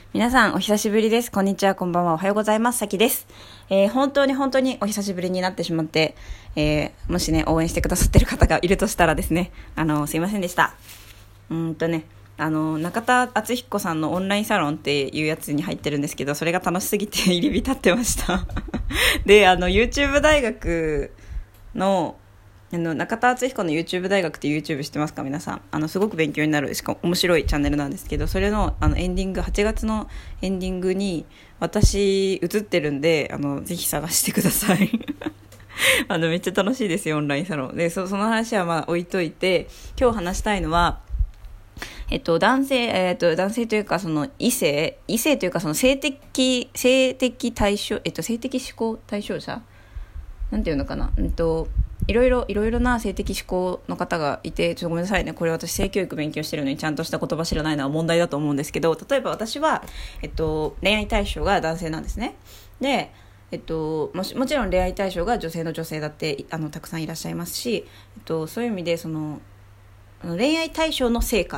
皆さんお久しぶりです。こんにちは、こんばんは、おはようございます。さきです。本当にお久しぶりになってしまって、もしね応援してくださってる方がいるとしたらですね、すいませんでした。中田敦彦さんのオンラインサロンっていうやつに入ってるんですけど、それが楽しすぎて入り浸ってましたで、YouTube 大学の中田敦彦の YouTube 大学って YouTube 知ってますか皆さん。すごく勉強になる、しかも面白いチャンネルなんですけど、それのエンディング、8月のエンディングに私映ってるんで、ぜひ探してくださいめっちゃ楽しいですよ、オンラインサロンで。その話はまあ置いといて、今日話したいのは男性というか、その異性というか、その性的対象、性的指向対象者なんていうのかな、いろいろな性的指向の方がいて、ちょっとごめんなさいね、これ私性教育勉強してるのにちゃんとした言葉知らないのは問題だと思うんですけど、例えば私は、恋愛対象が男性なんですね。で、もちろん恋愛対象が女性の女性だってたくさんいらっしゃいますし、そういう意味でその恋愛対象の性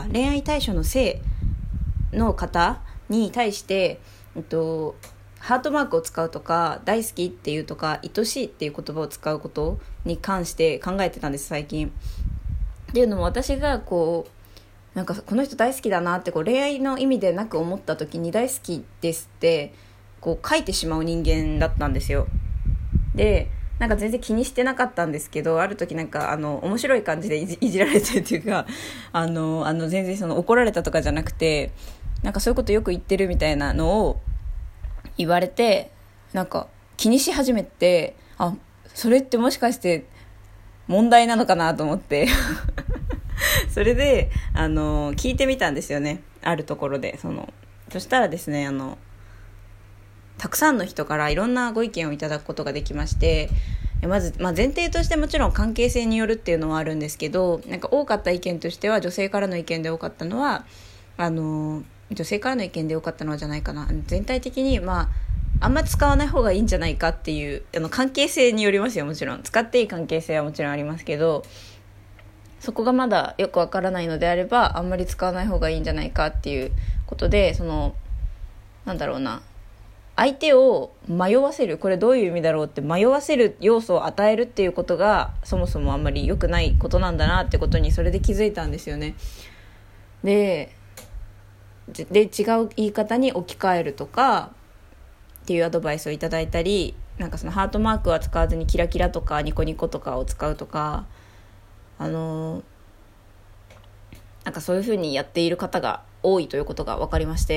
の方に対して、ハートマークを使うとか、大好きっていうとか、愛しいっていう言葉を使うことに関して考えてたんです、最近。っていうのも、私がなんかこの人大好きだなって恋愛の意味でなく思った時に、大好きですって書いてしまう人間だったんですよ。で、なんか全然気にしてなかったんですけど、ある時なんか面白い感じでいじられてるっていうか、全然その怒られたとかじゃなくて、なんかそういうことよく言ってるみたいなのを言われて、なんか気にし始めて、それってもしかして問題なのかなと思ってそれで聞いてみたんですよね、あるところで。そしたらですね、たくさんの人からいろんなご意見をいただくことができまして、まず、前提としてもちろん関係性によるっていうのはあるんですけど、なんか多かった意見としては、女性からの意見で多かったのは女性からの意見で多かったのはじゃないかな、全体的にあんま使わない方がいいんじゃないかっていう、関係性によりますよ。もちろん使っていい関係性はもちろんありますけど、そこがまだよくわからないのであれば、あんまり使わない方がいいんじゃないかっていうことで、なんだろうな、相手を迷わせる、これどういう意味だろうって迷わせる要素を与えるっていうことがそもそもあんまり良くないことなんだなってことに、それで気づいたんですよね。で違う言い方に置き換えるとかっていうアドバイスをいただいたり、なんかそのハートマークは使わずにキラキラとかニコニコとかを使うとか、なんかそういう風にやっている方が多いということが分かりまして、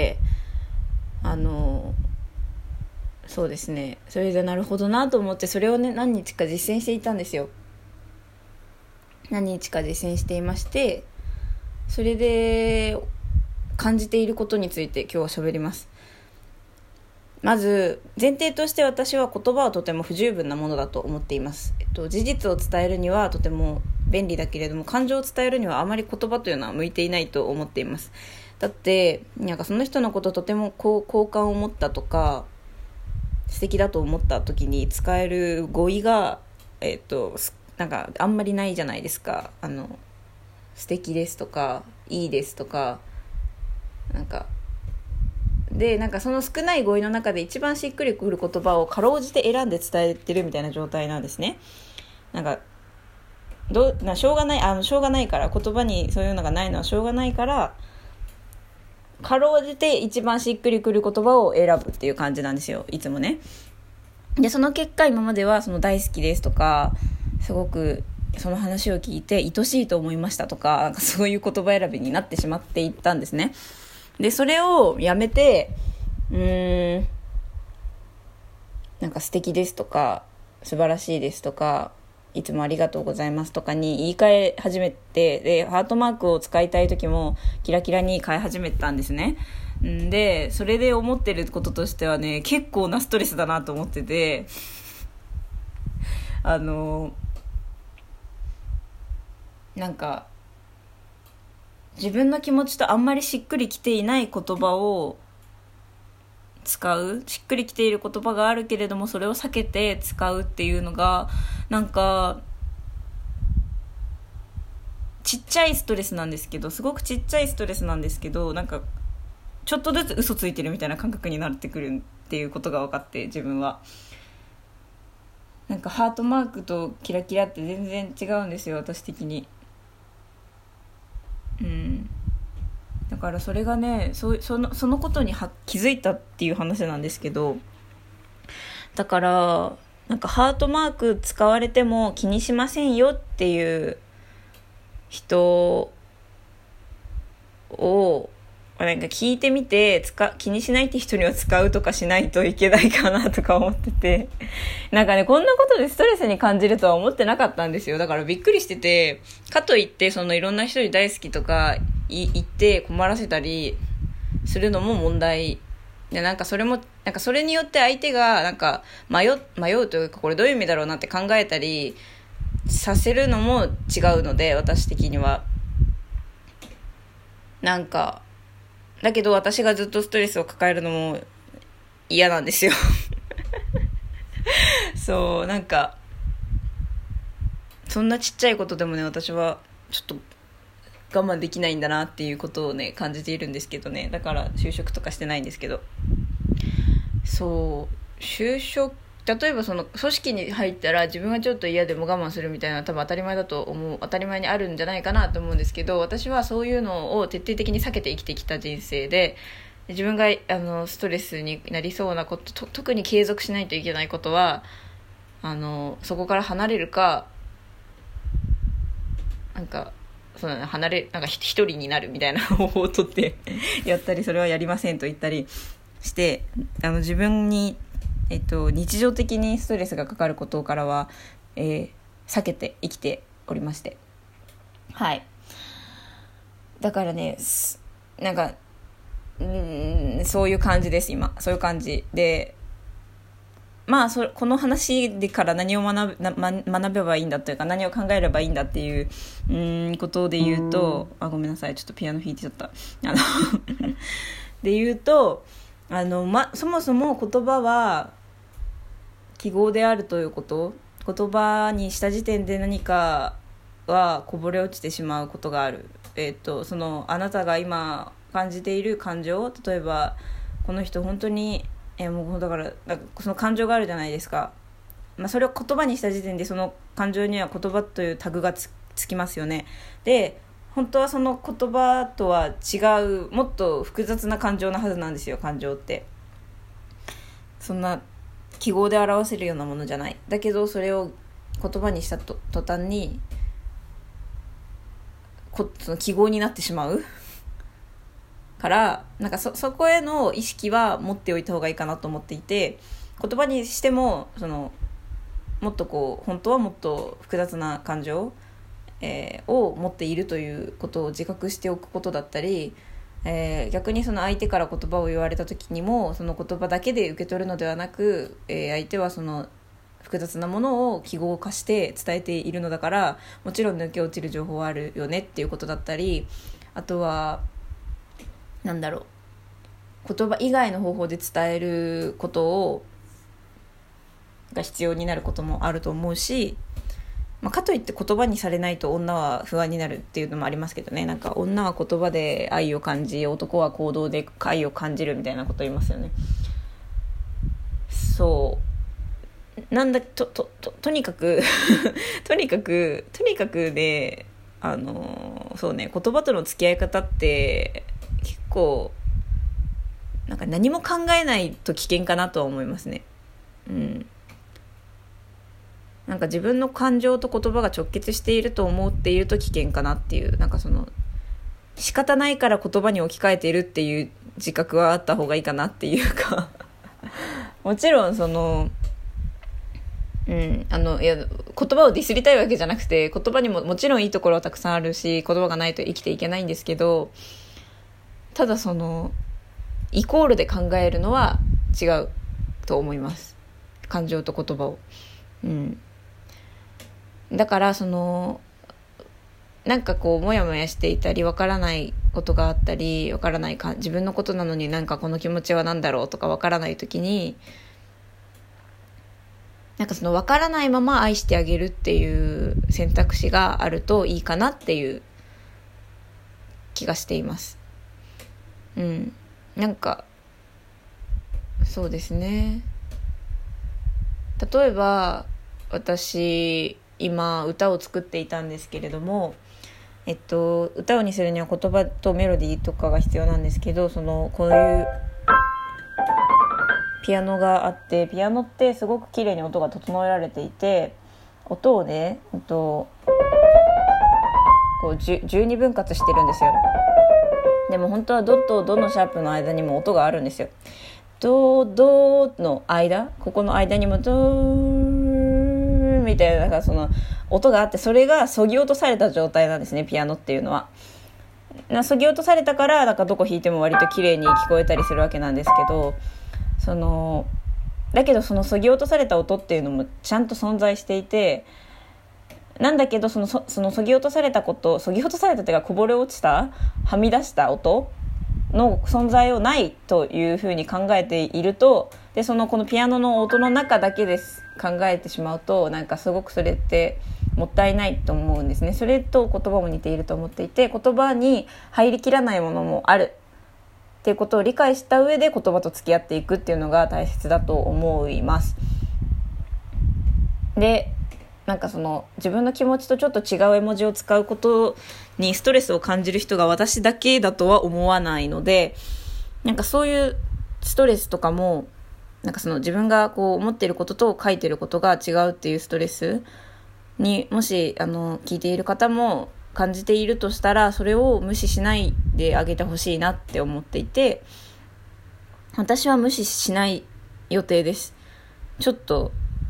そうですね、それでなるほどなと思って、それをね何日か実践していたんですよ。何日か実践していまして、それで感じていることについて今日は喋ります。まず前提として、私は言葉はとても不十分なものだと思っています。事実を伝えるにはとても便利だけれども、感情を伝えるにはあまり言葉というのは向いていないと思っています。だってなんかその人のこととても好感を持ったとか素敵だと思った時に使える語彙がなんかあんまりないじゃないですか。素敵ですとかいいですとか、なんかその少ない語彙の中で一番しっくりくる言葉をかろうじて選んで伝えてるみたいな状態なんですね。なんかしょうがないから、言葉にそういうのがないのはしょうがないから、かろうじて一番しっくりくる言葉を選ぶっていう感じなんですよ、いつもね。でその結果、今まではその大好きですとか、すごくその話を聞いて愛しいと思いましたとか、そういう言葉選びになってしまっていったんですね。でそれをやめて、なんか素敵ですとか素晴らしいですとかいつもありがとうございますとかに言い換え始めて、でハートマークを使いたい時もキラキラに変え始めたんですね。でそれで思ってることとしてはね、結構なストレスだなと思ってて、なんか自分の気持ちとあんまりしっくりきていない言葉を使う、しっくりきている言葉があるけれどもそれを避けて使うっていうのが、なんかちっちゃいストレスなんですけど、すごくちっちゃいストレスなんですけど、なんかちょっとずつ嘘ついてるみたいな感覚になってくるっていうことが分かって、自分はなんかハートマークとキラキラって全然違うんですよ、私的に。だからそれがね、そのことに気づいたっていう話なんですけど、だからなんかハートマーク使われても気にしませんよっていう人をなんか聞いてみて、気にしないって人には使うとかしないといけないかなとか思ってて、なんかね、こんなことでストレスに感じるとは思ってなかったんですよ。だからびっくりしてて、かといってそのいろんな人に大好きとか言って困らせたりするのも問題で、なんかそれもなんかそれによって相手がなんか迷うというか、これどういう意味だろうなって考えたりさせるのも違うので、私的にはなんかだけど私がずっとストレスを抱えるのも嫌なんですよそうなんかそんなちっちゃいことでもね、私はちょっと我慢できないんだなっていうことをね感じているんですけどね。だから就職とかしてないんですけど、そう就職、例えばその組織に入ったら自分がちょっと嫌でも我慢するみたいな、多分当たり前だと思う、当たり前にあるんじゃないかなと思うんですけど、私はそういうのを徹底的に避けて生きてきた人生で、自分がストレスになりそうなこと、特に継続しないといけないことはそこから離れるか、なんかそうだね、なんか一人になるみたいな方法をとってやったり、それはやりませんと言ったりして自分に日常的にストレスがかかることからは、避けて生きておりまして、はい。だからね、なんかそういう感じです。今そういう感じで、まあこの話でから何を学べばいいんだというか、何を考えればいいんだっていうことで言うと、ごめんなさい、ちょっとピアノ弾いてちゃったで言うとそもそも言葉は記号であるということ、言葉にした時点で何かはこぼれ落ちてしまうことがある。そのあなたが今感じている感情、例えばこの人本当にもうだからなんかその感情があるじゃないですか、それを言葉にした時点でその感情には言葉というタグがつきますよね。で本当はその言葉とは違うもっと複雑な感情なはずなんですよ。感情ってそんな記号で表せるようなものじゃない。だけどそれを言葉にした途端にその記号になってしまうから、なんかそこへの意識は持っておいた方がいいかなと思っていて、言葉にしてももっと本当はもっと複雑な感情、を持っているということを自覚しておくことだったり、逆にその相手から言葉を言われた時にもその言葉だけで受け取るのではなく、相手はその複雑なものを記号化して伝えているのだから、もちろん抜け落ちる情報はあるよねっていうことだったり、あとは言葉以外の方法で伝えることが必要になることもあると思うし、かといって言葉にされないと女は不安になるっていうのもありますけどね。なんか女は言葉で愛を感じ、男は行動で愛を感じるみたいなこと言いますよね。なんだとにかくとにかくね、そうね、言葉との付き合い方って結構なんか何も考えないと危険かなとは思いますね。なんか自分の感情と言葉が直結していると思っていると危険かなっていう、なんかその仕方ないから言葉に置き換えているっていう自覚はあった方がいいかなっていうかもちろんそのいや言葉をディスりたいわけじゃなくて、言葉にももちろんいいところはたくさんあるし、言葉がないと生きていけないんですけど、ただそのイコールで考えるのは違うと思います。感情と言葉を。だからそのなんかモヤモヤしていたり、わからないことがあったり、わからない自分のことなのになんかこの気持ちは何だろうとかわからないときに、なんかそのわからないまま愛してあげるっていう選択肢があるといいかなっていう気がしています。 なんかそうですね、例えば私今歌を作っていたんですけれども、歌にするには言葉とメロディーとかが必要なんですけど、こういうピアノがあって、ピアノってすごく綺麗に音が整えられていて、音をね、こう12分割してるんですよ。でも本当はドとドのシャープの間にも音があるんですよ。ドの間、ここの間にもドーみたいな、なんかその音があって、それが削ぎ落とされた状態なんですね、ピアノっていうのは。削ぎ落とされたから、なんかどこ弾いても割と綺麗に聞こえたりするわけなんですけど、だけどその削ぎ落とされた音っていうのもちゃんと存在していて、なんだけどその削ぎ落とされたっていうか、こぼれ落ちた、はみ出した音の存在をないというふうに考えていると、でこのピアノの音の中だけです考えてしまうと、なんかすごくそれってもったいないと思うんですね。それと言葉も似ていると思っていて、言葉に入りきらないものもあるっていうことを理解した上で言葉と付き合っていくっていうのが大切だと思います。で、なんか自分の気持ちとちょっと違う絵文字を使うことにストレスを感じる人が私だけだとは思わないので、なんかそういうストレスとかも、なんか自分がこう思っていることと書いていることが違うっていうストレスにもし聞いている方も感じているとしたら、それを無視しないであげてほしいなって思っていて、私は無視しない予定です。ちょっと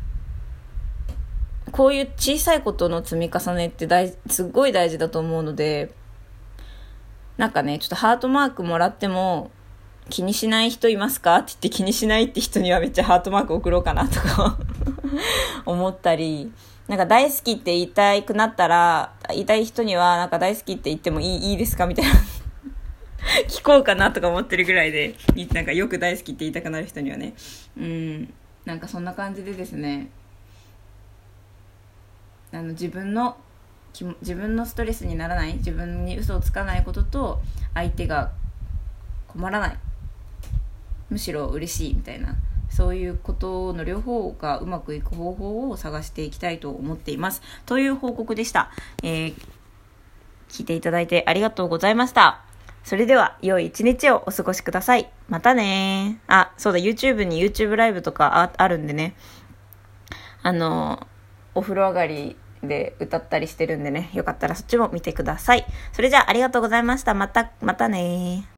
こういう小さいことの積み重ねってすっごい大事だと思うので、なんかね、ちょっとハートマークもらっても気にしない人いますかって言って、気にしないって人にはめっちゃハートマーク送ろうかなとか思ったり、なんか大好きって言いたくなったら、言いたい人にはなんか大好きって言ってもいいですかみたいな聞こうかなとか思ってるぐらいで、なんかよく大好きって言いたくなる人にはね、なんかそんな感じでですね、自分のストレスにならない、自分に嘘をつかないことと、相手が困らない、むしろ嬉しいみたいな、そういうことの両方がうまくいく方法を探していきたいと思っていますという報告でした。聞いていただいてありがとうございました。それでは良い一日をお過ごしください。またね。そうだ、YouTube に YouTube ライブとかあるんでね、お風呂上がりで歌ったりしてるんでね、よかったらそっちも見てください。それじゃあ、ありがとうございました。またね。